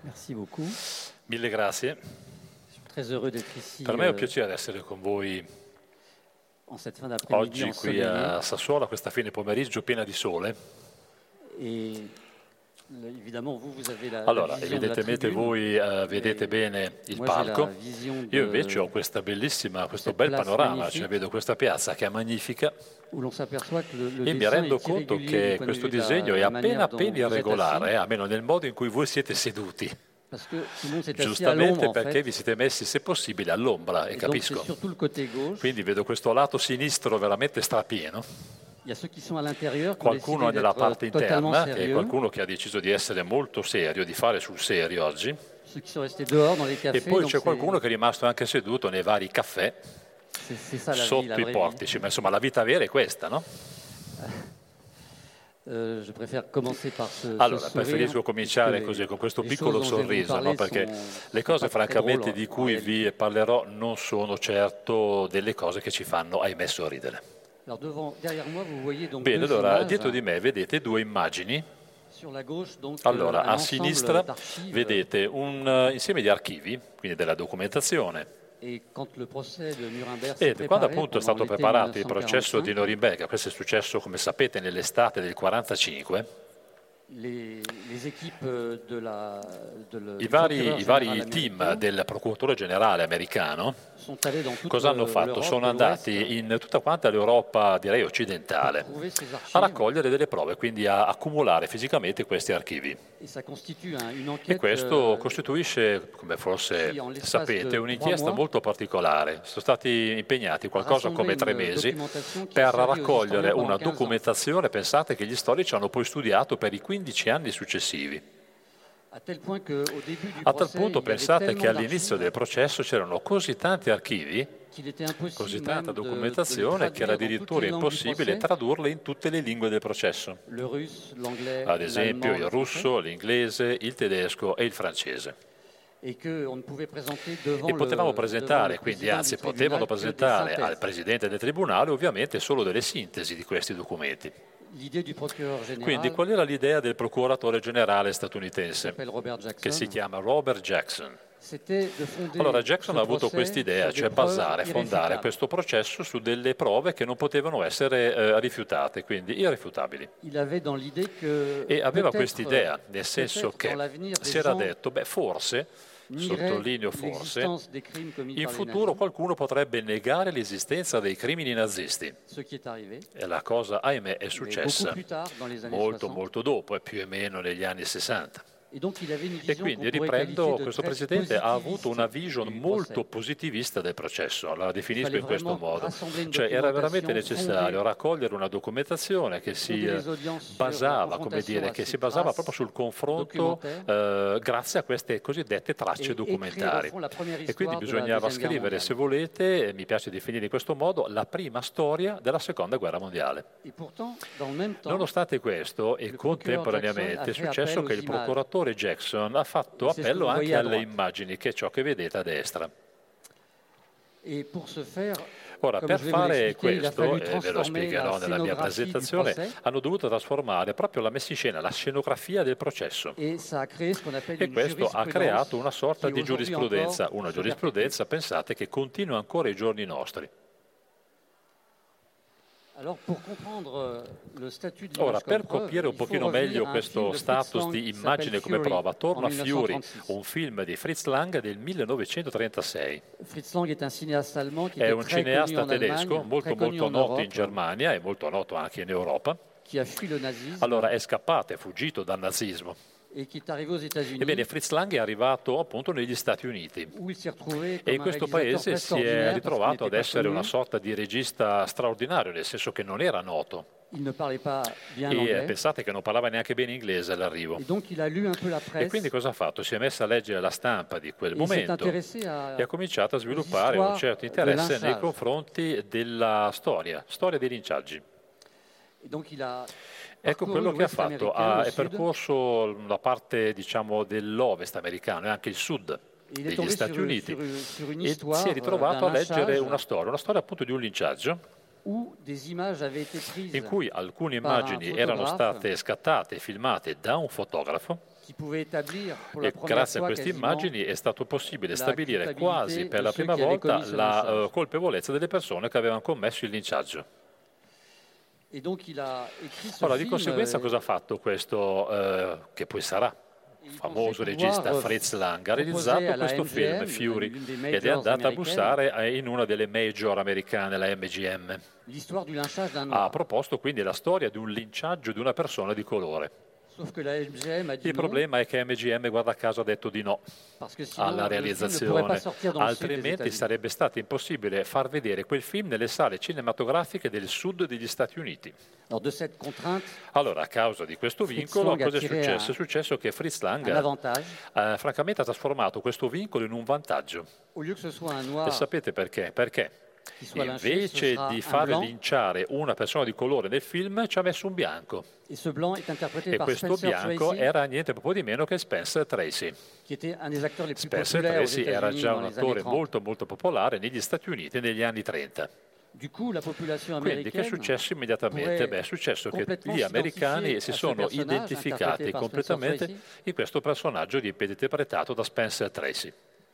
Merci beaucoup. Mille grazie. Je suis très heureux d'être ici Per me è un piacere essere con voi en cette fin d'après-midi oggi qui a ensoleillée. Sassuolo, a questa fine pomeriggio piena di sole. Et évidemment, vous avez la Allora, vision de la evidentemente tribune. voi vedete bene il Moi, j'ai la palco. vision Io invece ho de questo cette bel place panorama, magnifique cioè vedo questa piazza che è magnifica où l'on s'aperçoit que le e mi dessin rendo est conto irrégulier du che point de questo vue de disegno è la appena manière dont vous êtes irregolare, assis, almeno nel modo in cui voi siete seduti. parce que tout le monde s'est assis à Giustamente l'ombre en perché fait. vi siete messi, se possibile, all'ombra, e Et donc c'est capisco. surtout le côté gauche. Quindi vedo questo lato sinistro veramente strapieno. Il y a ceux qui sont à l'intérieur qui ont Qualcuno décidé nella d'être parte totalement interna, che è sérieux. qualcuno che ha deciso di essere molto serio, di fare sul serio oggi. Ceux qui sont restés dehors dans les E cafés. poi donc c'è qualcuno che è rimasto anche seduto nei vari caffè c'est ça la vie, sotto la i vraie portici, vie. ma insomma la vita vera è questa, no? Je préfère commencer par ce Allora, sourire, preferisco cominciare puisque così, con questo les piccolo choses dont je vais vous sorriso, no? parler Perché sont le cose pas très francamente drôles, di en cui réalité. vi parlerò non sono certo delle cose che ci fanno, ahimè, sorridere. Alors derrière moi, vous voyez donc Bene, deux allora, images. dietro di me vedete due immagini. Sur la gauche, donc, Allora, un a ensemble sinistra d'archives. vedete un insieme di archivi, quindi della documentazione. Et quand le procès de Nuremberg s'est E quando préparé, appunto è pendant stato l'été preparato il processo 1945, di Norimberga, questo è successo, come sapete, nell'estate del 45, les équipes i du vari procureur général team américain del procuratore generale americano sont allés dans toute cosa hanno fatto? l'Europe Sono de l'Ouest andati in tutta quanta l'Europa, direi pour occidentale, trouver ces a archives. raccogliere delle prove, quindi a accumulare fisicamente questi archivi. Et ça constitue une E enquête questo costituisce, come forse sì, en l'espace sapete, de un'inchiesta 3 mois, molto particolare. Sono stati impegnati qualcosa come 3 mesi per raccogliere una documentazione, pensate, che gli storici hanno poi studiato per i 15 anni successivi. a tal point que, au début du A tal procès, punto il y avait pensate che tellement all'inizio d'archives del processo c'erano così tanti archivi, qu'il était impossible così même tanta de les documentazione, che era traduire dans toutes addirittura les langues du impossibile procès. tradurle in tutte le lingue del processo. Le russe, l'anglais, Ad esempio l'allemand, il le russo, l'inglese, il tedesco e il francese. et que on ne pouvait présenter devant E potevamo devant presentare, le quindi président anzi du tribunal potevano que des presentare al synthèses. Presidente del Tribunale ovviamente solo delle sintesi di questi documenti. L'idée du procureur général, Quindi qual era l'idea del procuratore generale qui statunitense, s'appelle Robert che Jackson, si chiama Robert Jackson? c'était de fonder Allora Jackson ce ha avuto procès quest'idea, sur des cioè preuves fondare irréfutables. questo processo su delle prove che non potevano essere rifiutate, quindi irrefutabili. Il avait dans l'idée que E aveva peut-être, quest'idea, nel senso peut-être che dans l'avenir des si era gens detto, beh forse, nieraient sottolineo forse, l'existence des crimes commis in par les futuro nazis, qualcuno potrebbe negare l'esistenza dei crimini nazisti. ce qui est arrivé, E la cosa, ahimè, è mais beaucoup successa plus tard, dans les années molto 60. molto dopo, e più o meno negli anni 60. Et donc il avait une E vision quindi, qu'on pourrait riprendo, qualifier de questo très Presidente ha avuto una positiviste vision du molto procès. positivista del processo, la definisco Fallait in questo vraiment modo. rassembler une Cioè era veramente documentation necessario fondée raccogliere una documentazione che si fonder les audiences sur la basava, come confrontation dire, à che ces si basava traces proprio sul confronto documentaires grazie a queste cosiddette tracce et écrire au documentari. fond la première E quindi histoire de la bisognava Deuxième Guerre scrivere, mondiale. se volete, mi piace definire in questo modo, la prima storia della Seconda Guerra Mondiale. Et pourtant, dans le même temps, Nonostante questo, e il procuratore contemporaneamente, è Jackson a successo fait che il appel aux images. procuratore Jackson ha fatto E c'est ce che appello vous anche voyez à alle droite. immagini, che è ciò che vedete a destra. et pour ce faire, Ora, comme per je vais vous fare l'expliquer, il a questo, fallu e ve lo transformer spiegherò la nella mia scénographie du presentazione, procès hanno dovuto trasformare proprio la messa in scena, la scenografia del processo. et ça a créé ce qu'on appelle E une questo ha creato una sorta qui di aujourd'hui giurisprudenza, encore una se giurisprudenza, pensate, che continua ancora ai giorni nostri. perpétue. Alors, pour comprendre le statut de Ora, l'image per comme preuve, capire un il faut pochino revenir meglio à un questo film de Fritz status Lang di qui immagine s'appelle come Fury, prova, torno en a Fury, 1936. un film di Fritz Lang del 1936. Fritz Lang est un cinéaste allemand qui È était un très connu cineasta en tedesco, Allemagne, molto très connu molto en noto in Europe, Germania e molto noto anche in Europa. qui a fui le nazisme Allora è scappato, è fuggito dal nazismo. et qui est arrivé aux États-Unis Ebbene, Fritz Lang è arrivato appunto negli Stati Uniti où il s'est retrouvé e comme in un questo réalisateur paese presque si è ordinaire parce qu'il ritrovato ad n'était pas essere connu, una sorta di regista straordinario, nel senso che non era noto. il ne parlait pas bien E l'anglais pensate che non parlava neanche bene inglese all'arrivo. et donc il a lu un peu la E presse quindi cosa ha fatto? Si è messo a leggere la stampa di quel et il s'est momento intéressé à e ha cominciato a sviluppare un certo interesse nei lynchage. confronti della storia dei linciaggi. Et donc il a Ecco parcouru quello che ha l'Ouest fatto, américain, le è Sud, percorso la parte, diciamo, dell'ovest americano e anche il sud et il est degli tombé Stati Uniti sur une e histoire si è ritrovato a d'un leggere lynchage una storia appunto di un linciaggio où des images avaient été prises in cui alcune par un immagini erano photographe state scattate e filmate da un fotografo E grazie a queste immagini è stato possibile stabilire quasi per la prima volta la colpevolezza delle persone che avevano commesso il linciaggio. Ora, di conseguenza, cosa ha fatto questo, che poi sarà famoso regista Fritz Lang? Ha realizzato questo film, Fury, ed è andato a bussare in una delle major americane, la MGM. Ha proposto quindi la storia di un linciaggio di una persona di colore. Il problema è che MGM, guarda caso, ha detto di no alla realizzazione, altrimenti sarebbe stato impossibile far vedere quel film nelle sale cinematografiche del sud degli Stati Uniti. Allora, a causa di questo vincolo, cosa è successo? È successo che Fritz Lang francamente ha trasformato questo vincolo in un vantaggio. E sapete perché? Perché invece di far linciare una persona di colore nel film ci ha messo un bianco, e questo bianco era niente proprio di meno che Spencer Tracy. Spencer Tracy era già un attore molto popolare negli Stati Uniti negli anni 30. Quindi che è successo immediatamente? Beh, è successo che gli americani si sono identificati completamente in questo personaggio interpretato da Spencer Tracy.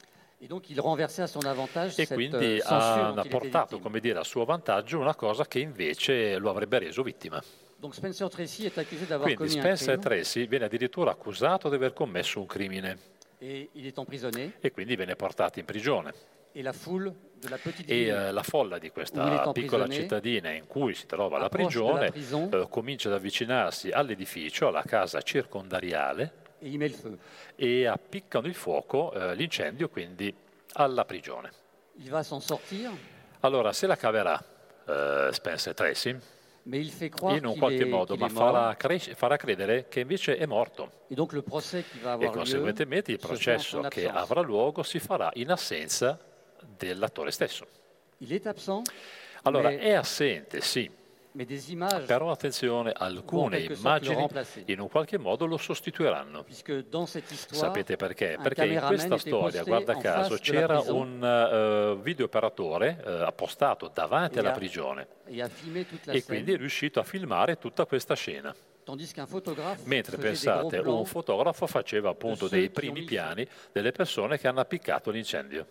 E quindi ha portato, come dire, a suo vantaggio una cosa che invece lo avrebbe reso vittima. Quindi Spencer Tracy viene addirittura accusato di aver commesso un crimine e quindi viene portato in prigione. E la folla di questa piccola cittadina in cui si trova la prigione comincia ad avvicinarsi all'edificio, alla casa circondariale, e appiccano il fuoco, l'incendio quindi alla prigione. Allora se la caverà Spencer Tracy in un qualche modo, ma farà credere che invece è morto, e conseguentemente il processo che avrà luogo si farà in assenza dell'attore stesso. Allora è assente, sì, però attenzione, alcune immagini in un qualche modo lo sostituiranno. Sapete perché? Perché in questa storia, guarda caso, c'era un videooperatore appostato davanti alla prigione e quindi è riuscito a filmare tutta questa scena. Mentre pensate, un fotografo faceva appunto dei primi piani delle persone che hanno appiccato l'incendio.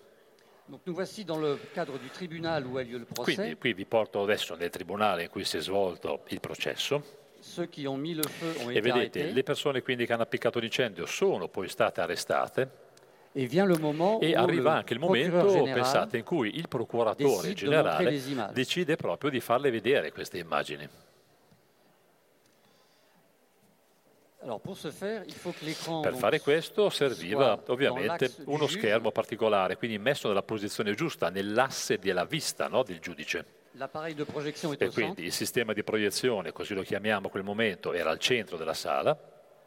Quindi qui vi porto adesso nel tribunale in cui si è svolto il processo, e vedete le persone quindi che hanno appiccato l'incendio sono poi state arrestate, e arriva anche il momento, pensate, in cui il procuratore generale decide proprio di farle vedere queste immagini. Per fare questo serviva ovviamente uno schermo particolare, quindi messo nella posizione giusta, nell'asse della vista, no, del giudice. E quindi il sistema di proiezione, così lo chiamiamo a quel momento, era al centro della sala.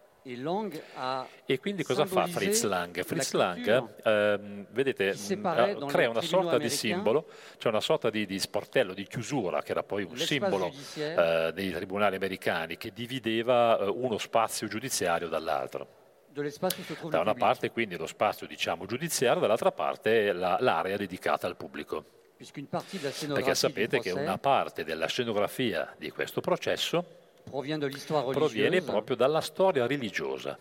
E quindi cosa fa Fritz Lang? Fritz Lang, vedete, crea una sorta di simbolo, cioè una sorta di sportello, di chiusura, che era poi un simbolo dei tribunali americani, che divideva uno spazio giudiziario dall'altro. Da una parte quindi lo spazio, diciamo, giudiziario, dall'altra parte l'area dedicata al pubblico. Perché sapete che una parte della scenografia di questo processo proviene proprio dalla storia religiosa.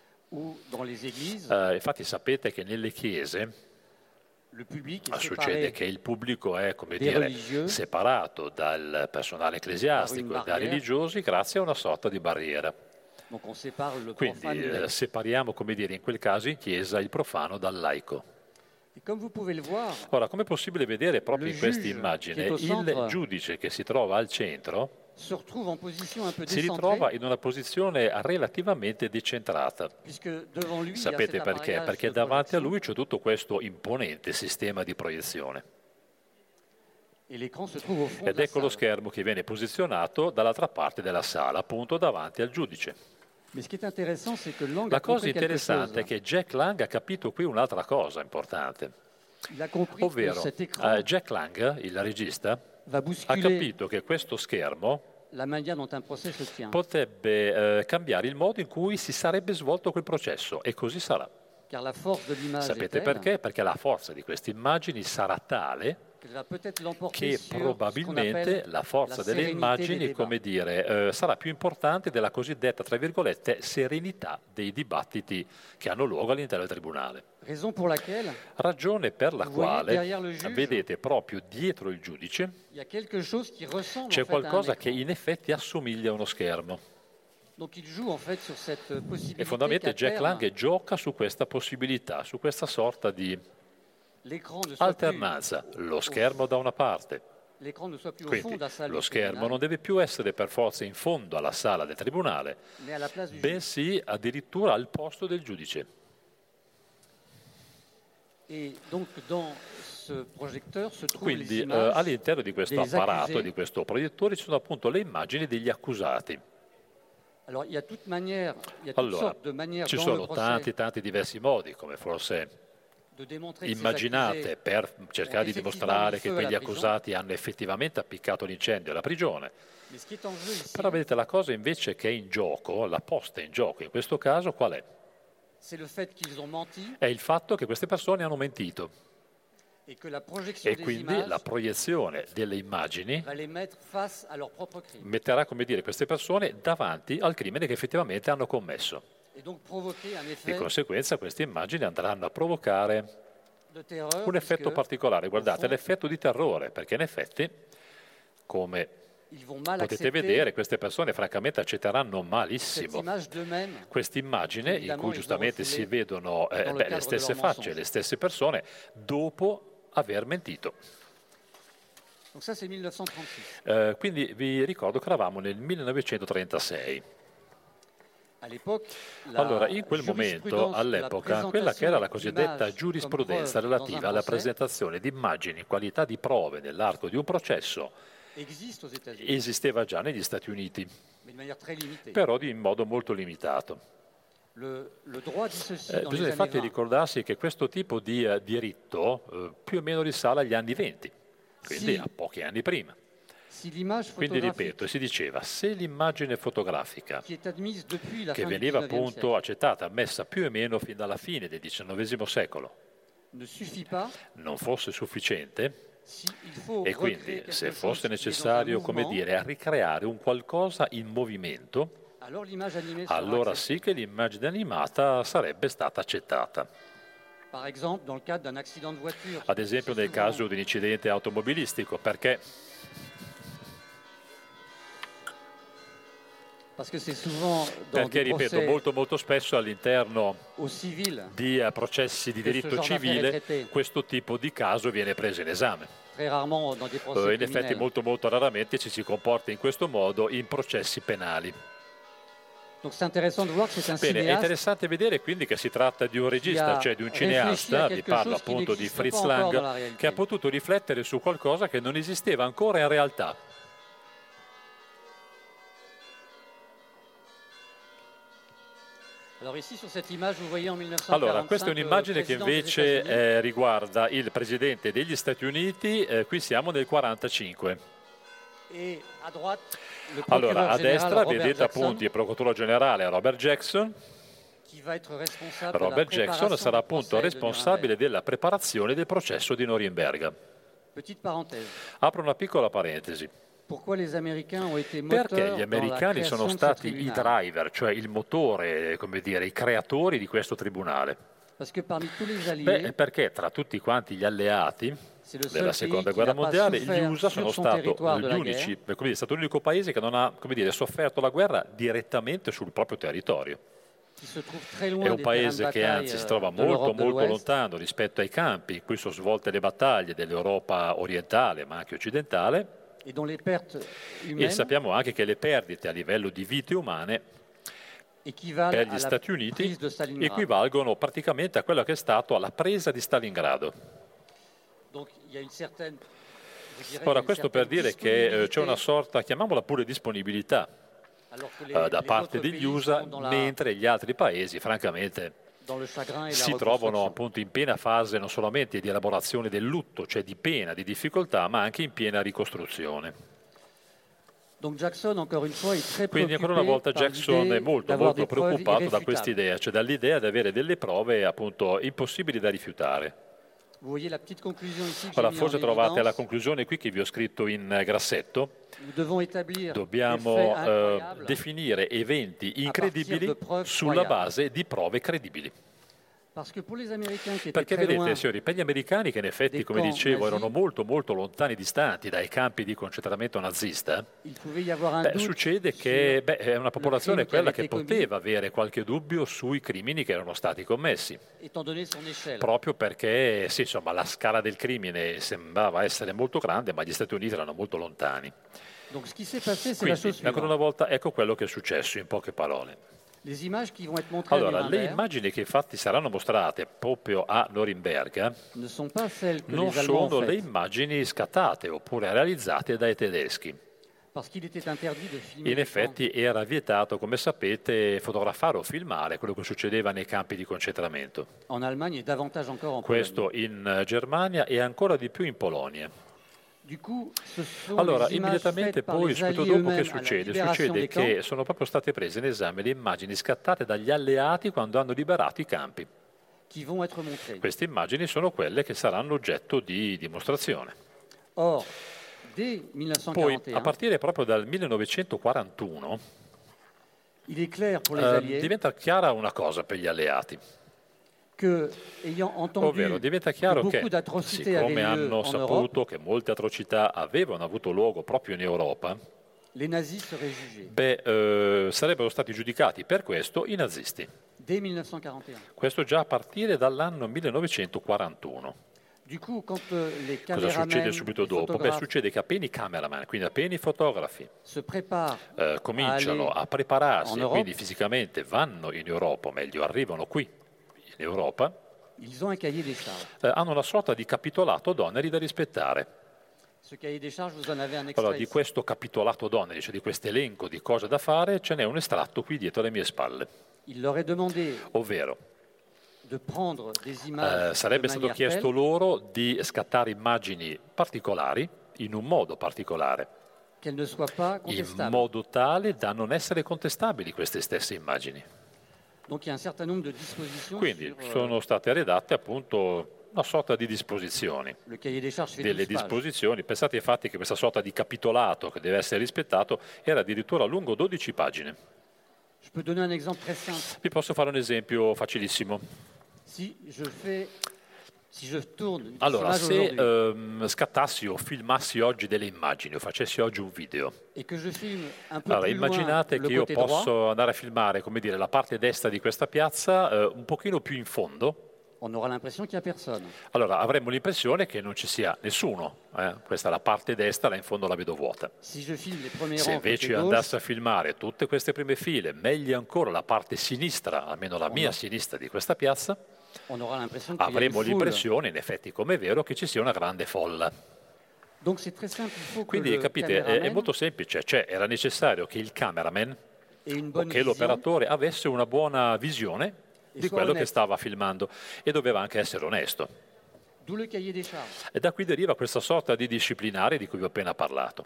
Infatti sapete che nelle chiese succede che il pubblico è, come dire, separato dal personale ecclesiastico e dai religiosi grazie a una sorta di barriera. Quindi separiamo, come dire, in quel caso in chiesa il profano dal laico. Ora, come è possibile vedere proprio in questa immagine, il giudice che si trova al centro si ritrova in una posizione relativamente decentrata. Sapete perché? Perché davanti a lui c'è tutto questo imponente sistema di proiezione. Ed ecco lo schermo che viene posizionato dall'altra parte della sala, appunto davanti al giudice. La cosa interessante è che Jack Lang ha capito qui un'altra cosa importante, ovvero Jack Lang, il regista, ha capito che questo schermo potrebbe cambiare il modo in cui si sarebbe svolto quel processo, e così sarà. Sapete perché? Perché la forza di queste immagini sarà tale che probabilmente la forza delle immagini, come dire, sarà più importante della cosiddetta, tra virgolette, serenità dei dibattiti che hanno luogo all'interno del tribunale. Ragione per la quale, vedete, proprio dietro il giudice c'è qualcosa che in effetti assomiglia a uno schermo. E fondamentalmente Jack Lang gioca su questa possibilità, su questa sorta di alternanza, lo schermo da una parte. Quindi lo schermo non deve più essere per forza in fondo alla sala del tribunale, bensì addirittura al posto del giudice. Quindi all'interno di questo apparato, di questo proiettore, ci sono appunto le immagini degli accusati. Allora, ci sono tanti diversi modi, come forse immaginate, per cercare di dimostrare che quegli accusati hanno effettivamente appiccato l'incendio alla prigione. Però vedete, la cosa invece che è in gioco, la posta in gioco in questo caso, qual è? È il fatto che queste persone hanno mentito. E quindi la proiezione delle immagini metterà, come dire, queste persone davanti al crimine che effettivamente hanno commesso. Di conseguenza queste immagini andranno a provocare un effetto particolare. Guardate, l'effetto di terrore, perché in effetti, come potete vedere, queste persone francamente accetteranno malissimo questa immagine in cui giustamente si vedono le stesse facce, le stesse persone dopo aver mentito. Quindi vi ricordo che eravamo nel 1936. Allora, in quel momento, all'epoca, quella che era la cosiddetta giurisprudenza relativa alla presentazione di immagini in qualità di prove nell'arco di un processo esisteva già negli Stati Uniti, però in modo molto limitato. Bisogna infatti ricordarsi che questo tipo di diritto più o meno risale agli anni 20, quindi a pochi anni prima. Quindi ripeto, si diceva, se l'immagine fotografica, che veniva appunto accettata, ammessa più o meno fin dalla fine del XIX secolo, non fosse sufficiente, e quindi se fosse necessario, come dire, ricreare un qualcosa in movimento, allora sì che l'immagine animata sarebbe stata accettata. Ad esempio nel caso di un incidente automobilistico, perché ripeto, molto spesso all'interno di processi di diritto civile questo tipo di caso viene preso in esame. In effetti molto raramente ci si comporta in questo modo in processi penali. Bene, è interessante vedere quindi che si tratta di un regista, cioè di un cineasta, vi parlo appunto di Fritz Lang, che ha potuto riflettere su qualcosa che non esisteva ancora in realtà. Allora, questa è un'immagine che invece riguarda il presidente degli Stati Uniti, qui siamo nel 1945. Allora, a destra vedete appunto il procuratore generale Robert Jackson. Robert Jackson sarà appunto responsabile della preparazione del processo di Norimberga. Apro una piccola parentesi. Perché gli americani sono stati i driver, cioè il motore, come dire, i creatori di questo tribunale? Perché tra tutti quanti gli alleati della seconda guerra mondiale gli USA sono stati è stato l'unico paese che non ha, come dire, sofferto la guerra direttamente sul proprio territorio. È un paese che anzi si trova molto lontano rispetto ai campi in cui sono svolte le battaglie dell'Europa orientale ma anche occidentale. E sappiamo anche che le perdite a livello di vite umane per gli Stati Uniti equivalgono praticamente a quello che è stato alla presa di Stalingrado. Ora, questo per dire che c'è una sorta, chiamiamola pure disponibilità, da parte degli USA, mentre gli altri paesi, francamente, si trovano appunto in piena fase non solamente di elaborazione del lutto, cioè di pena, di difficoltà, ma anche in piena ricostruzione. Quindi ancora una volta Jackson è molto preoccupato da questa idea, cioè dall'idea di avere delle prove appunto impossibili da rifiutare. Ora, forse trovate la conclusione qui che vi ho scritto in grassetto. Dobbiamo definire eventi incredibili sulla base di prove credibili. Perché vedete, signori, per gli americani che in effetti, come dicevo, erano molto molto lontani, distanti dai campi di concentramento nazista, succede che è una popolazione quella che poteva avere qualche dubbio sui crimini che erano stati commessi. Proprio perché, sì, insomma, la scala del crimine sembrava essere molto grande, ma gli Stati Uniti erano molto lontani. Quindi, ancora una volta, ecco quello che è successo in poche parole. Allora, le immagini che infatti saranno mostrate proprio a Norimberga non sono le immagini scattate oppure realizzate dai tedeschi. In effetti era vietato, come sapete, fotografare o filmare quello che succedeva nei campi di concentramento. Questo in Germania e ancora di più in Polonia. Allora, immediatamente poi, subito dopo, che succede? Succede che sono proprio state prese in esame le immagini scattate dagli alleati quando hanno liberato i campi. Queste immagini sono quelle che saranno oggetto di dimostrazione. Poi, a partire proprio dal 1941, diventa chiara una cosa per gli alleati. Ovvero, diventa chiaro che, siccome hanno saputo che molte atrocità avevano avuto luogo proprio in Europa, sarebbero stati giudicati per questo i nazisti. Questo già a partire dall'anno 1941. Cosa succede subito dopo? Succede che appena i cameraman, quindi appena i fotografi, cominciano a prepararsi e quindi fisicamente vanno in Europa, o meglio arrivano qui, in Europa, hanno una sorta di capitolato d'oneri da rispettare. Allora, di questo capitolato d'oneri, cioè di questo elenco di cose da fare, ce n'è un estratto qui dietro le mie spalle. Ovvero, sarebbe stato chiesto loro di scattare immagini particolari, in un modo particolare, in modo tale da non essere contestabili queste stesse immagini. Quindi sono state redatte appunto una sorta di disposizioni, delle disposizioni. Pensate infatti che questa sorta di capitolato che deve essere rispettato era addirittura lungo 12 pagine. Vi posso fare un esempio facilissimo. Allora, se scattassi o filmassi oggi delle immagini o facessi oggi un video, allora, immaginate che io posso andare a filmare, come dire, la parte destra di questa piazza un pochino più in fondo. Allora, avremmo l'impressione che non ci sia nessuno. Questa è la parte destra, là in fondo la vedo vuota. Se invece andassi a filmare tutte queste prime file, meglio ancora la parte sinistra, almeno la mia sinistra di questa piazza, avremo l'impressione, in effetti come è vero, che ci sia una grande folla. Quindi capite, è molto semplice, cioè era necessario che il cameraman o che l'operatore avesse una buona visione di quello che stava filmando e doveva anche essere onesto. E da qui deriva questa sorta di disciplinare di cui vi ho appena parlato.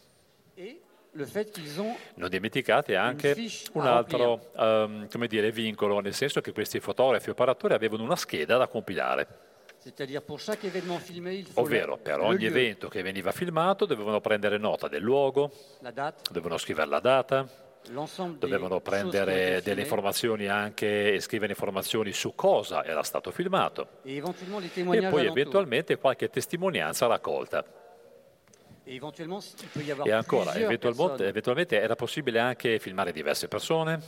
Non dimenticate anche un altro come dire, vincolo, nel senso che questi fotografi operatori avevano una scheda da compilare. Ovvero, per ogni evento che veniva filmato dovevano prendere nota del luogo, dovevano scrivere la data, dovevano prendere delle informazioni anche e scrivere informazioni su cosa era stato filmato e poi eventualmente qualche testimonianza raccolta. E ancora, eventualmente era possibile anche filmare diverse persone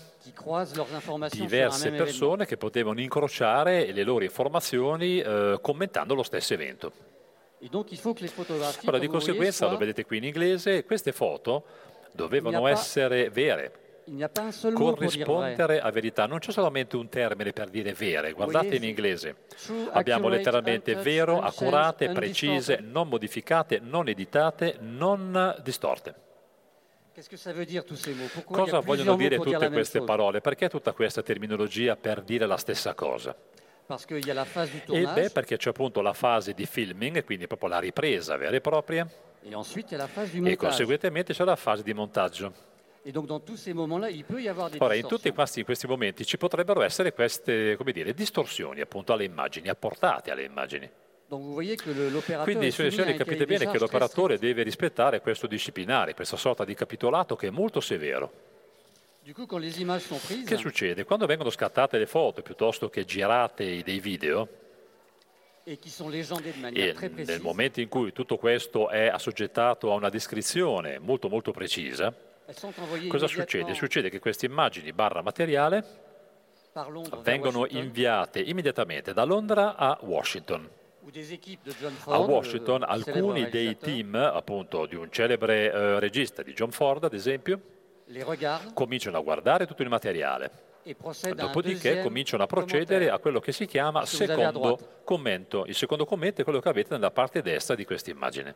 che potevano incrociare le loro informazioni commentando lo stesso evento. Allora, di conseguenza, lo vedete qui in inglese, queste foto dovevano essere vere, corrispondere a verità. Non c'è solamente un termine per dire vere, guardate in inglese. Abbiamo letteralmente vero, accurate, precise, non modificate, non editate, non distorte. Cosa vogliono dire tutte queste parole? Perché tutta questa terminologia per dire la stessa cosa? Perché c'è appunto la fase di filming, quindi proprio la ripresa vera e propria, e conseguentemente c'è la fase di montaggio. Ora, in tutti questi momenti ci potrebbero essere queste, come dire, distorsioni appunto alle immagini, apportate alle immagini. Quindi, signori, capite bene che l'operatore deve rispettare questo disciplinare, questa sorta di capitolato che è molto severo. Che succede? Quando vengono scattate le foto piuttosto che girate dei video, e nel momento in cui tutto questo è assoggettato a una descrizione molto molto precisa, cosa succede? Succede che queste immagini barra materiale vengono inviate immediatamente da Londra a Washington. A Washington alcuni dei team, appunto, di un celebre regista, di John Ford ad esempio, cominciano a guardare tutto il materiale. Dopodiché cominciano a procedere a quello che si chiama secondo commento. Il secondo commento è quello che avete nella parte destra di questa immagine.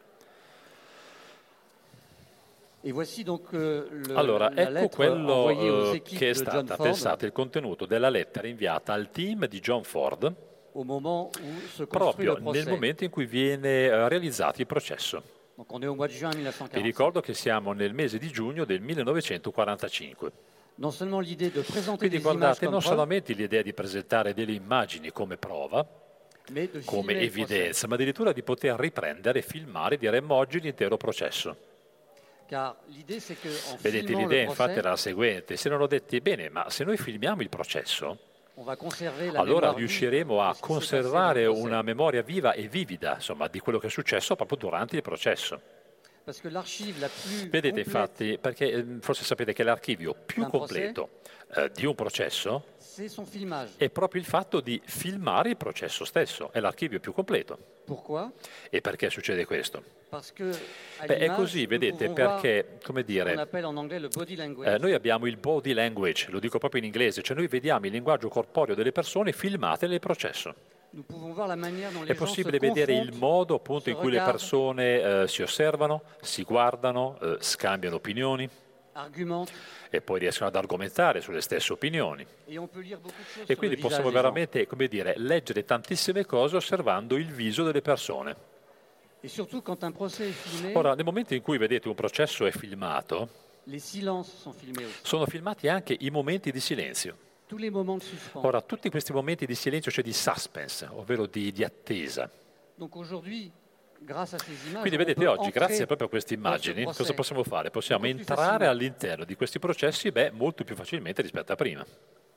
Allora, ecco quello che è stata, pensate, il contenuto della lettera inviata al team di John Ford proprio nel momento in cui viene realizzato il processo. Vi ricordo che siamo nel mese di giugno del 1945. Quindi guardate, non solamente l'idea di presentare delle immagini come prova, come evidenza, ma addirittura di poter riprendere, filmare, diremmo oggi, l'intero processo. Vedete, l'idea infatti era la seguente: si erano detti, bene, ma se noi filmiamo il processo, allora riusciremo a conservare una memoria viva e vivida, insomma, di quello che è successo proprio durante il processo. Vedete, infatti, perché forse sapete che l'archivio più completo di un processo è proprio il fatto di filmare il processo stesso, è l'archivio più completo. E perché succede questo? Beh, è così, vedete, perché, come dire, noi abbiamo il body language, lo dico proprio in inglese, cioè noi vediamo il linguaggio corporeo delle persone filmate nel processo. È possibile vedere il modo appunto in cui le persone si osservano, si guardano, scambiano opinioni e poi riescono ad argomentare sulle stesse opinioni. E quindi possiamo veramente, come dire, leggere tantissime cose osservando il viso delle persone. Ora, nel momento in cui vedete un processo è filmato, sono filmati anche i momenti di silenzio. Ora, tutti questi momenti di silenzio, cioè di suspense, ovvero di attesa. Quindi vedete, oggi, grazie proprio a queste immagini, cosa possiamo fare? Possiamo entrare all'interno di questi processi, molto più facilmente rispetto a prima.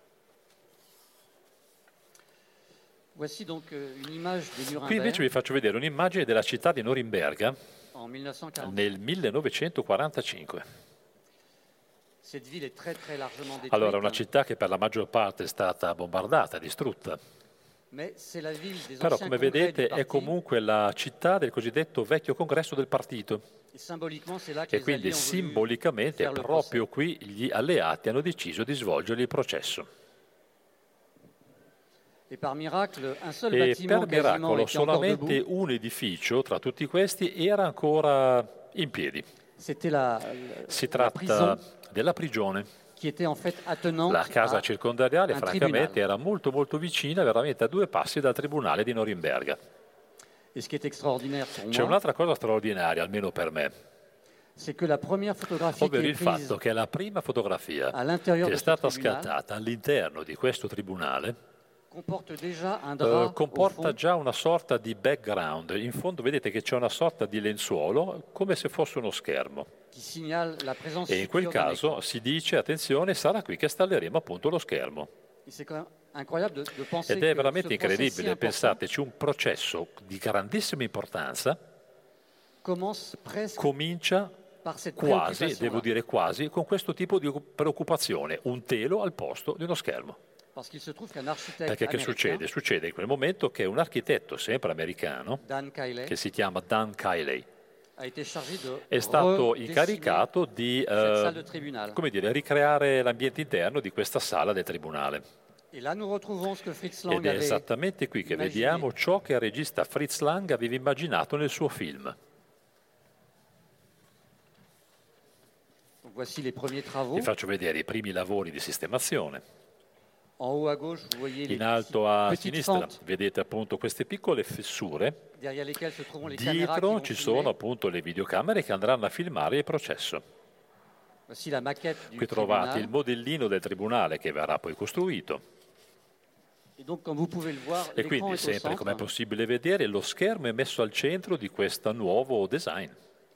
Qui invece vi faccio vedere un'immagine della città di Norimberga nel 1945. Allora, una città che per la maggior parte è stata bombardata, distrutta. Però, come vedete, è comunque la città del cosiddetto vecchio congresso del partito. E quindi simbolicamente proprio qui gli alleati hanno deciso di svolgere il processo. E per miracolo solamente un edificio tra tutti questi era ancora in piedi. Si tratta della prigione. La casa circondariale, francamente, era molto molto vicina, veramente a 2 passi dal tribunale di Norimberga. C'è un'altra cosa straordinaria, almeno per me, ovvero il fatto che la prima fotografia che è stata scattata all'interno di questo tribunale comporta già una sorta di background. In fondo vedete che c'è una sorta di lenzuolo, come se fosse uno schermo. E in quel caso si dice, attenzione, sarà qui che installeremo appunto lo schermo. Ed è veramente incredibile, pensateci, un processo di grandissima importanza comincia quasi, devo dire quasi, con questo tipo di preoccupazione, un telo al posto di uno schermo. Perché che succede? Succede in quel momento che un architetto sempre americano, che si chiama Dan Kiley, è stato incaricato di ricreare l'ambiente interno di questa sala del tribunale. Ed è esattamente qui che vediamo ciò che il regista Fritz Lang aveva immaginato nel suo film. Vi faccio vedere i primi lavori di sistemazione. In alto a sinistra vedete appunto queste piccole fessure, dietro ci sono appunto le videocamere che andranno a filmare il processo. Qui trovate il modellino del tribunale che verrà poi costruito. E quindi, sempre come è possibile vedere, lo schermo è messo al centro di questo nuovo design.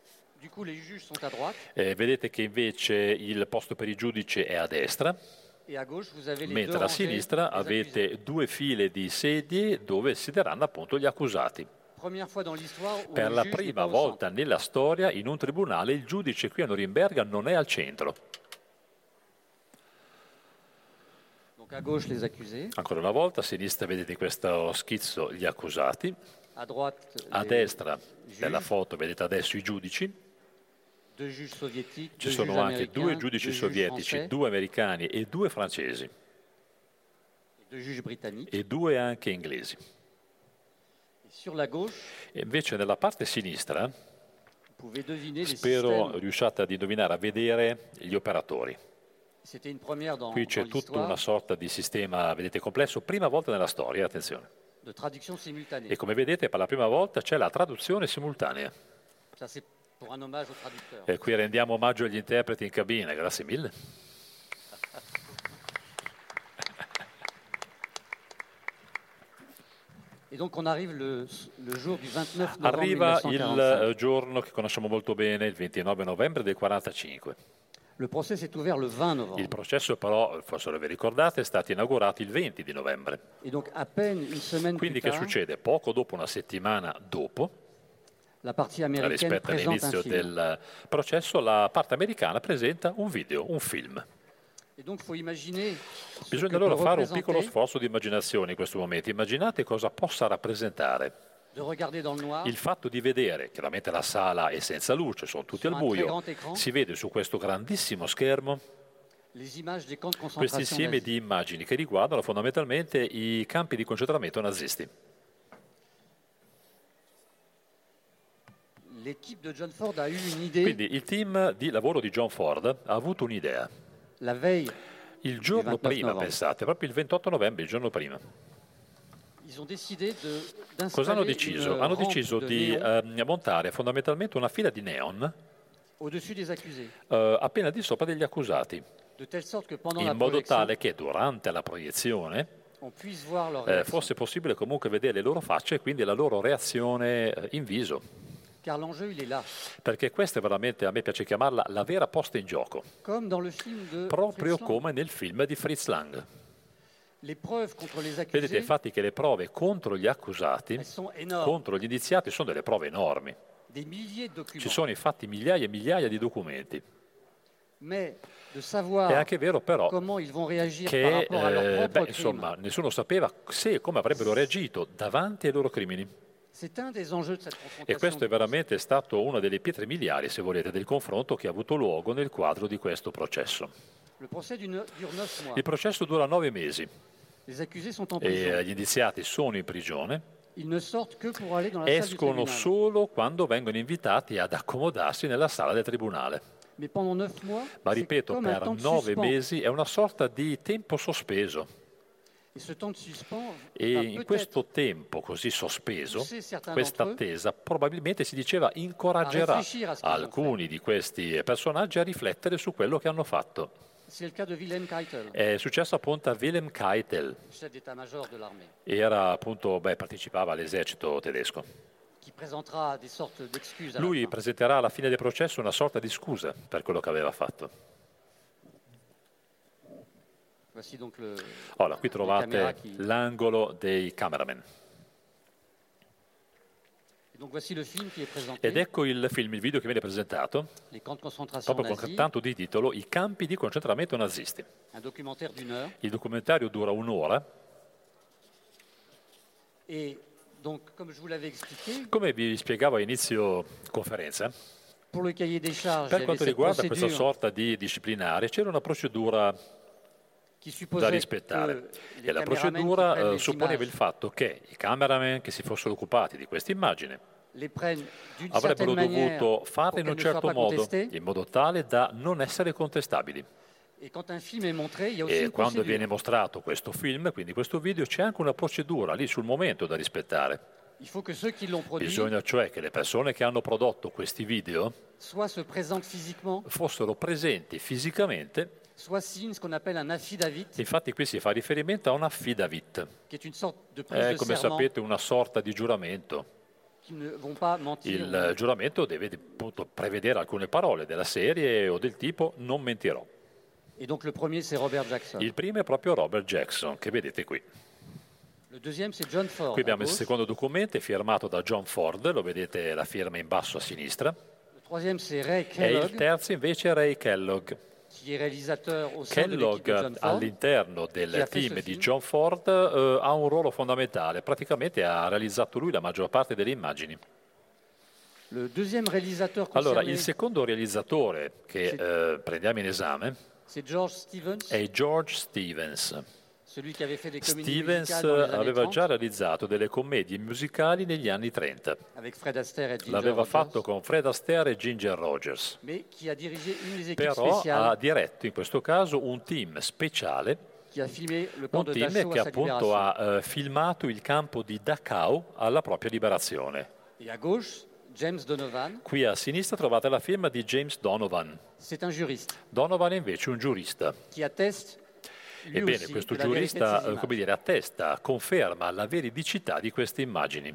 Vedete che invece il posto per i giudici è a destra, mentre a sinistra avete due file di sedie dove siederanno appunto gli accusati. Per la prima volta nella storia, in un tribunale, il giudice qui a Norimberga non è al centro. Ancora una volta, a sinistra vedete questo schizzo gli accusati, a destra della foto vedete adesso i giudici. Ci sono anche due giudici sovietici, due americani e due francesi e due anche inglesi. E invece nella parte sinistra, spero riusciate ad indovinare, a vedere gli operatori. Qui c'è tutta una sorta di sistema, vedete, complesso, prima volta nella storia, attenzione. E come vedete per la prima volta c'è la traduzione simultanea. E qui rendiamo omaggio agli interpreti in cabina, grazie mille. Arriva il giorno che conosciamo molto bene, il 29 novembre del 1945. Il processo però, forse lo vi ricordate, è stato inaugurato il 20 di novembre. Quindi che succede? Poco dopo, una settimana dopo, rispetto all'inizio del processo, la parte americana presenta un video, un film. Bisogna allora fare un piccolo sforzo di immaginazione in questo momento. Immaginate cosa possa rappresentare il fatto di vedere, chiaramente la sala è senza luce, sono tutti al buio, si vede su questo grandissimo schermo questo insieme di immagini che riguardano fondamentalmente i campi di concentramento nazisti. Quindi il team di lavoro di John Ford ha avuto un'idea. Il giorno prima, pensate, proprio il 28 novembre, il giorno prima. Cosa hanno deciso? Hanno deciso di montare fondamentalmente una fila di neon appena di sopra degli accusati, in modo tale che durante la proiezione fosse possibile comunque vedere le loro facce e quindi la loro reazione in viso. Perché questa è veramente, a me piace chiamarla, la vera posta in gioco, proprio come nel film di Fritz Lang. Vedete infatti che le prove contro gli accusati, contro gli indiziati, sono delle prove enormi. Ci sono infatti migliaia e migliaia di documenti. È anche vero però che insomma, nessuno sapeva se e come avrebbero reagito davanti ai loro crimini. E questo è veramente stato una delle pietre miliari, se volete, del confronto che ha avuto luogo nel quadro di questo processo. Il processo dura 9 mesi e gli indiziati sono in prigione, escono solo quando vengono invitati ad accomodarsi nella sala del tribunale. Ma ripeto, per 9 mesi è una sorta di tempo sospeso. E in questo tempo così sospeso, questa attesa probabilmente, si diceva, incoraggerà alcuni di questi personaggi a riflettere su quello che hanno fatto. È successo appunto a Wilhelm Keitel, era appunto, partecipava all'esercito tedesco. Lui presenterà alla fine del processo una sorta di scusa per quello che aveva fatto. Ora, qui trovate l'angolo dei cameraman. Ed ecco il film, il video che viene presentato, proprio con tanto di titolo, I campi di concentramento nazisti. Il documentario dura 1 ora. Come vi spiegavo a inizio conferenza, per quanto riguarda questa sorta di disciplinare, c'era una procedura da rispettare e la procedura supponeva il fatto che i cameraman che si fossero occupati di questa immagine avrebbero dovuto farle in un certo modo, in modo tale da non essere contestabili. E quando viene mostrato questo film, quindi questo video, c'è anche una procedura lì sul momento da rispettare. Bisogna cioè che le persone che hanno prodotto questi video fossero presenti fisicamente soit signe ce qu'on appelle un affidavit, Infatti qui si fa riferimento a un affidavit. qui est une sorte de prise de Come serment, sapete, una sorta di giuramento. qui ne vont pas mentir. Il giuramento deve appunto prevedere alcune parole della serie o del tipo non mentirò. Et donc le premier, c'est Robert Jackson. Il primo è proprio Robert Jackson, che vedete qui. Le deuxième, c'est John Ford. Qui à abbiamo il gauche. secondo documento, è firmato da John Ford, lo vedete la firma in basso a sinistra. Le troisième, c'est Ray E il Kellogg, terzo invece è Ray Kellogg. qui est réalisateur au sein de l'équipe Kellogg de John Ford. all'interno Chi ha del fatto team il di film? John Ford ha un ruolo fondamentale, praticamente ha realizzato lui la maggior parte delle immagini. Le deuxième réalisateur Allora, concerné, il secondo realizzatore che prendiamo in esame c'est George Stevens, è George Stevens. celui qui avait fait des comédies Stevens musicales dans les années aveva 30, già realizzato delle commedie musicali negli anni 30. avec Fred Astaire et Ginger L'aveva Rogers, fatto con Fred Astaire e Ginger Rogers. mais qui a dirigé une des équipes Però ha spéciales diretto in questo caso un team speciale, qui a filmé le camp un de team Dachau che à sa appunto libération. ha filmato il campo di Dachau alla propria liberazione. Et à gauche, James Donovan, Qui a sinistra trovate la firma di James Donovan. c'est un juriste Donovan è invece un giurista. qui atteste lui Ebbene, aussi questo de la vérité de giurista, ces images. come dire, attesta, conferma la veridicità di queste immagini.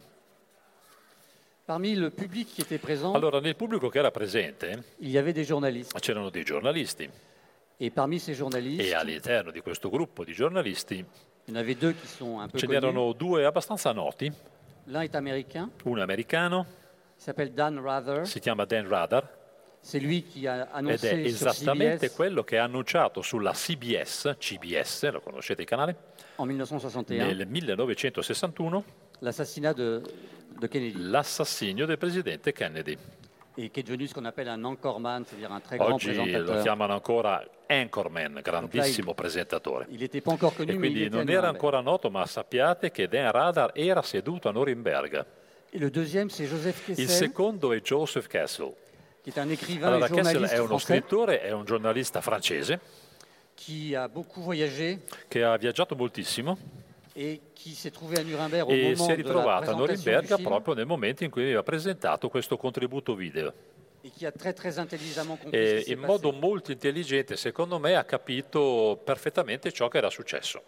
Parmi le public qui était présent, Allora, nel pubblico che era presente il y avait des journalistes. c'erano dei giornalisti Et parmi ces journalistes, e all'interno di questo gruppo di giornalisti il y en avait deux qui sont un peu ce connus. n'erano due abbastanza noti, L'un est américain, un americano, il s'appelle Dan Rather. si chiama Dan Rather, C'est lui qui a ed è annoncé sur esattamente CBS quello che ha annunciato sulla CBS, lo conoscete il canale, en 1961 nel 1961 l'assassinat de Kennedy, l'assassinio del presidente Kennedy. et qui est devenu ce qu'on appelle un anchorman, c'est-à-dire un très grand Oggi lo présentateur. chiamano ancora Anchorman, grandissimo presentatore. Il n'était pas encore connu, E mais il quindi était à non era Nuremberg. ancora noto, ma sappiate che Dan Rather era seduto a Norimberga. Et le deuxième, c'est Joseph Il Kessel, secondo è Joseph Kessel. qui est un écrivain Allora, et Kessel journaliste è uno français scrittore, è un giornalista francese qui a beaucoup voyagé che ha viaggiato moltissimo et qui s'est trouvé à Nuremberg au e moment si è de la ritrovato a présentation du Norimberga film proprio nel momento in cui aveva presentato questo contributo video. et qui a très intelligemment compris ce E qui s'est in passé. modo molto intelligente, secondo me, ha capito perfettamente ciò che era successo.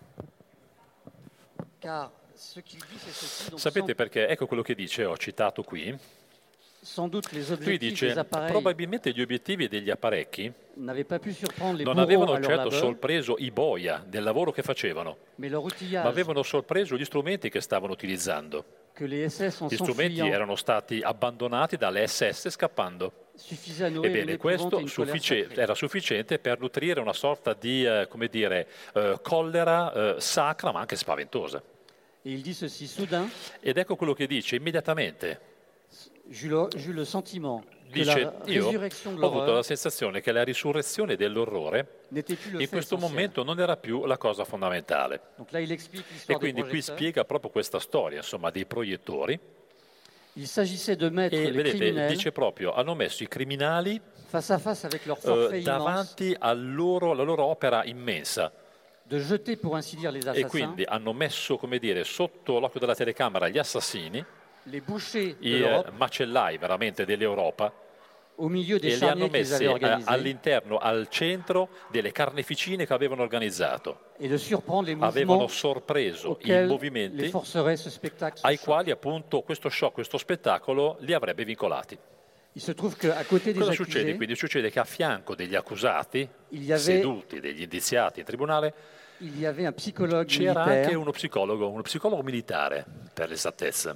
Car ce qu'il dit, c'est ceci. Donc, Sapete perché? Ecco quello che dice, ho citato qui. sans doute les Lui objectifs des dice, appareils probabilmente gli obiettivi degli apparecchi n'avaient pas pu surprendre les non bourreaux avevano à leur certo labeur, sorpreso i boia del lavoro che facevano, mais leur ma outillage avevano sorpreso gli strumenti che stavano utilizzando. que les SS en Gli strumenti s'enfuyant erano stati abbandonati dalle SS scappando. suffisait à nourrir une Ebbene, épouvante et questo une colère sacrée. era sufficiente per nutrire una sorta di, come dire, collera sacra ma anche spaventosa. Et il dit ceci, soudain, Ed ecco quello che dice immediatamente. j'eus le sentiment que Dice, la io résurrection de ho avuto la l'horreur sensazione che la risurrezione dell'orrore n'était plus le in fait questo essentiel. momento non era più la cosa fondamentale. Donc là, il explique E l'histoire des quindi qui projecteurs. spiega proprio questa storia, insomma, dei proiettori. Il s'agissait de mettre E les vedete, criminels dice proprio, hanno messo i criminali face à face avec leur forfait immense, davanti alla loro opera immensa. de jeter, pour ainsi dire, les E assassins, quindi hanno messo, come dire, sotto l'occhio della telecamera gli assassini, les bouchers de i l'Europe, macellai veramente dell'Europa, au milieu des e li hanno charniers qu'ils messi avaient organisés, all'interno, al centro delle carneficine che avevano organizzato. et de surprendre les Avevano mouvements sorpreso i auxquels les movimenti forcerait ce spectacle. ai ce choc. quali appunto questo shock, questo spettacolo li avrebbe vincolati. Il se trouve qu'à côté des Cosa accusés, succede? Quindi succede che a fianco degli accusati, il y avait, seduti, degli indiziati in tribunale, il y avait un psychologue c'era militaire anche uno psicologo militare, per l'esattezza.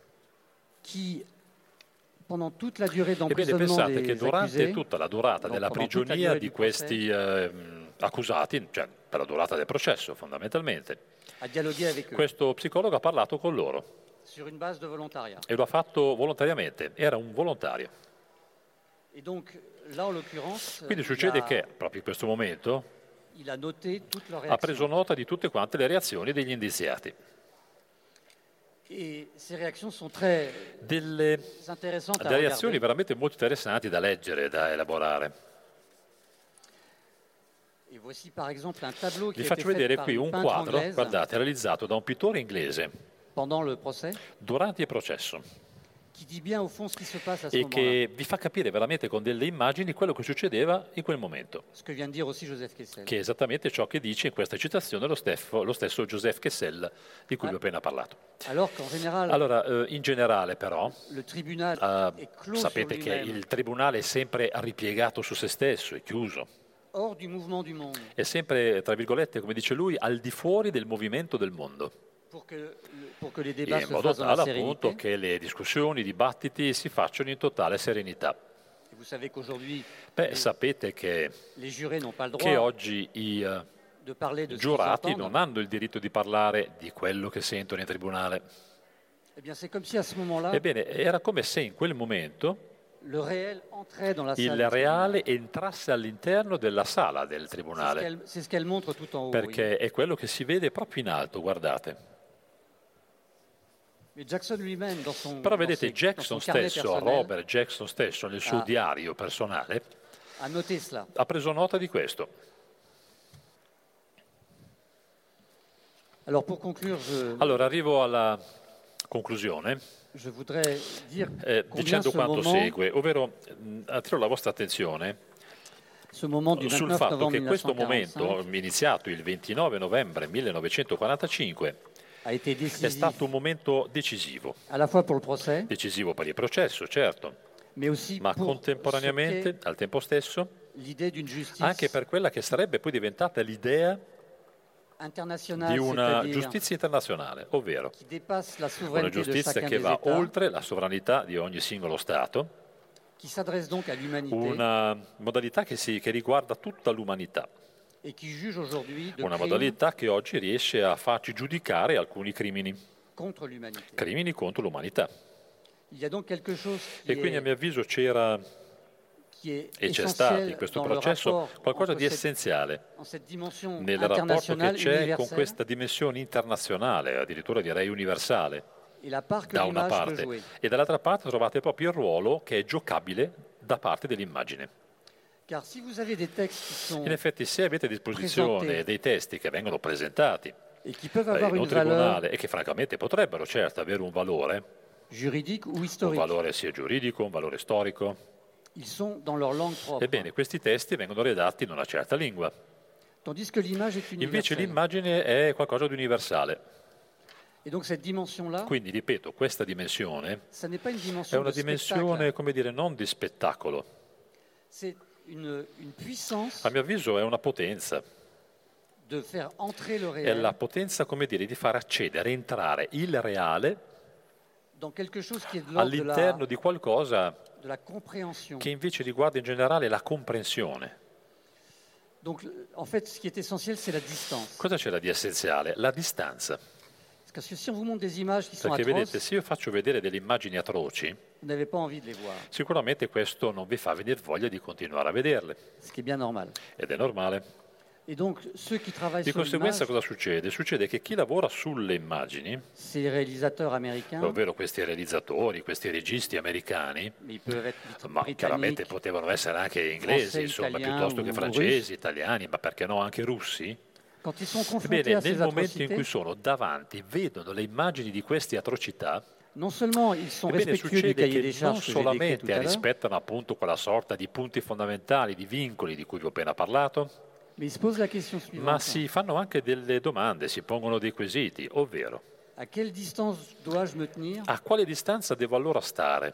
qui, pendant toute la durée Ebbene, d'emprisonnement pensate che des durante accusés, tutta la durata donc della pendant toute la prigionia durée di du procès, questi accusati, cioè per la durata del processo fondamentalmente, a dialoguer avec eux questo psicologo ha parlato con loro sur une base de volontariat. e lo ha fatto volontariamente, era un volontario. Et donc, là, en l'occurrence, Quindi succede che proprio in questo momento il a noté toutes leurs ha preso réactions. nota di tutte quante le reazioni degli indiziati. Et ces réactions sont très Delle intéressantes à reazioni regarder. veramente molto interessanti da leggere, da elaborare. Et voici par exemple un tableau qui Vi a été faccio fait vedere par qui une un peintre quadro, anglaise guardate, realizzato da un pittore inglese pendant le procès. durante il processo. e che vi fa capire veramente con delle immagini quello che succedeva in quel momento. Che è esattamente ciò che dice in questa citazione lo stesso Joseph Kessel di cui vi ho appena parlato. Allora, in generale però, sapete che il tribunale è sempre ripiegato su se stesso, è chiuso. È sempre, tra virgolette, come dice lui, al di fuori del movimento del mondo. In modo tale appunto che le discussioni, i dibattiti si facciano in totale serenità. Sapete che oggi i giurati non hanno il diritto di parlare di quello che sentono in tribunale. Ebbene, era come se in quel momento il reale entrasse all'interno della sala del tribunale, perché è quello che si vede proprio in alto, guardate. Però vedete, Jackson stesso, Robert Jackson stesso, nel suo diario personale, ha preso nota di questo. Allora, arrivo alla conclusione dicendo quanto segue, ovvero attiro la vostra attenzione sul fatto che questo momento, iniziato il 29 novembre 1945, è stato un momento decisivo. Decisivo per il processo, certo, ma contemporaneamente, al tempo stesso, anche per quella che sarebbe poi diventata l'idea di una giustizia internazionale, ovvero una giustizia che va oltre la sovranità di ogni singolo Stato, una modalità che riguarda tutta l'umanità, una modalità che oggi riesce a farci giudicare alcuni crimini contro l'umanità. E quindi a mio avviso c'era e c'è stato in questo processo qualcosa di essenziale nel rapporto che c'è con questa dimensione internazionale, addirittura direi universale, da una parte, e dall'altra parte trovate proprio il ruolo che è giocabile da parte dell'immagine. In effetti, se avete a disposizione dei testi che vengono presentati in un tribunale e che francamente potrebbero certo avere un valore sia giuridico, un valore storico, ebbene, questi testi vengono redatti in una certa lingua. Invece l'immagine è qualcosa di universale. Quindi, ripeto, questa dimensione è una dimensione, come dire, non di spettacolo. A mio avviso è una potenza. È la potenza, come dire, di far accedere, entrare il reale all'interno di qualcosa che invece riguarda in generale la comprensione. Cosa c'era di essenziale? La distanza. Perché vedete, se io faccio vedere delle immagini atroci, sicuramente questo non vi fa venire voglia di continuare a vederle. Ed è normale. Di conseguenza cosa succede? Succede che chi lavora sulle immagini, ovvero questi realizzatori, questi registi americani, ma chiaramente potevano essere anche inglesi, insomma, piuttosto che francesi, italiani, ma perché no anche russi? Ebbene, nel momento in cui sono davanti, vedono le immagini di queste atrocità, ebbene, succede che non solamente rispettano appunto quella sorta di punti fondamentali, di vincoli di cui vi ho appena parlato, ma si fanno anche delle domande, si pongono dei quesiti, ovvero a quale distanza devo allora stare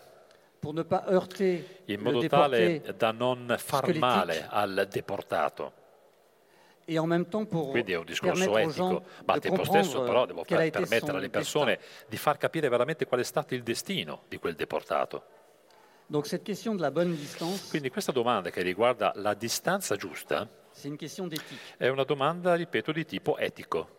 in modo tale da non far male al deportato. Quindi è un discorso etico, ma al tempo stesso però devo permettere alle persone di far capire veramente qual è stato il destino di quel deportato. Quindi questa domanda che riguarda la distanza giusta è una domanda, ripeto, di tipo etico.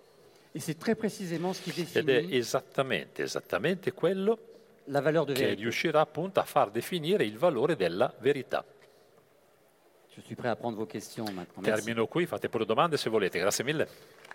Ed è esattamente quello che riuscirà appunto a far definire il valore della verità. Termino qui, fate pure domande se volete. Grazie mille.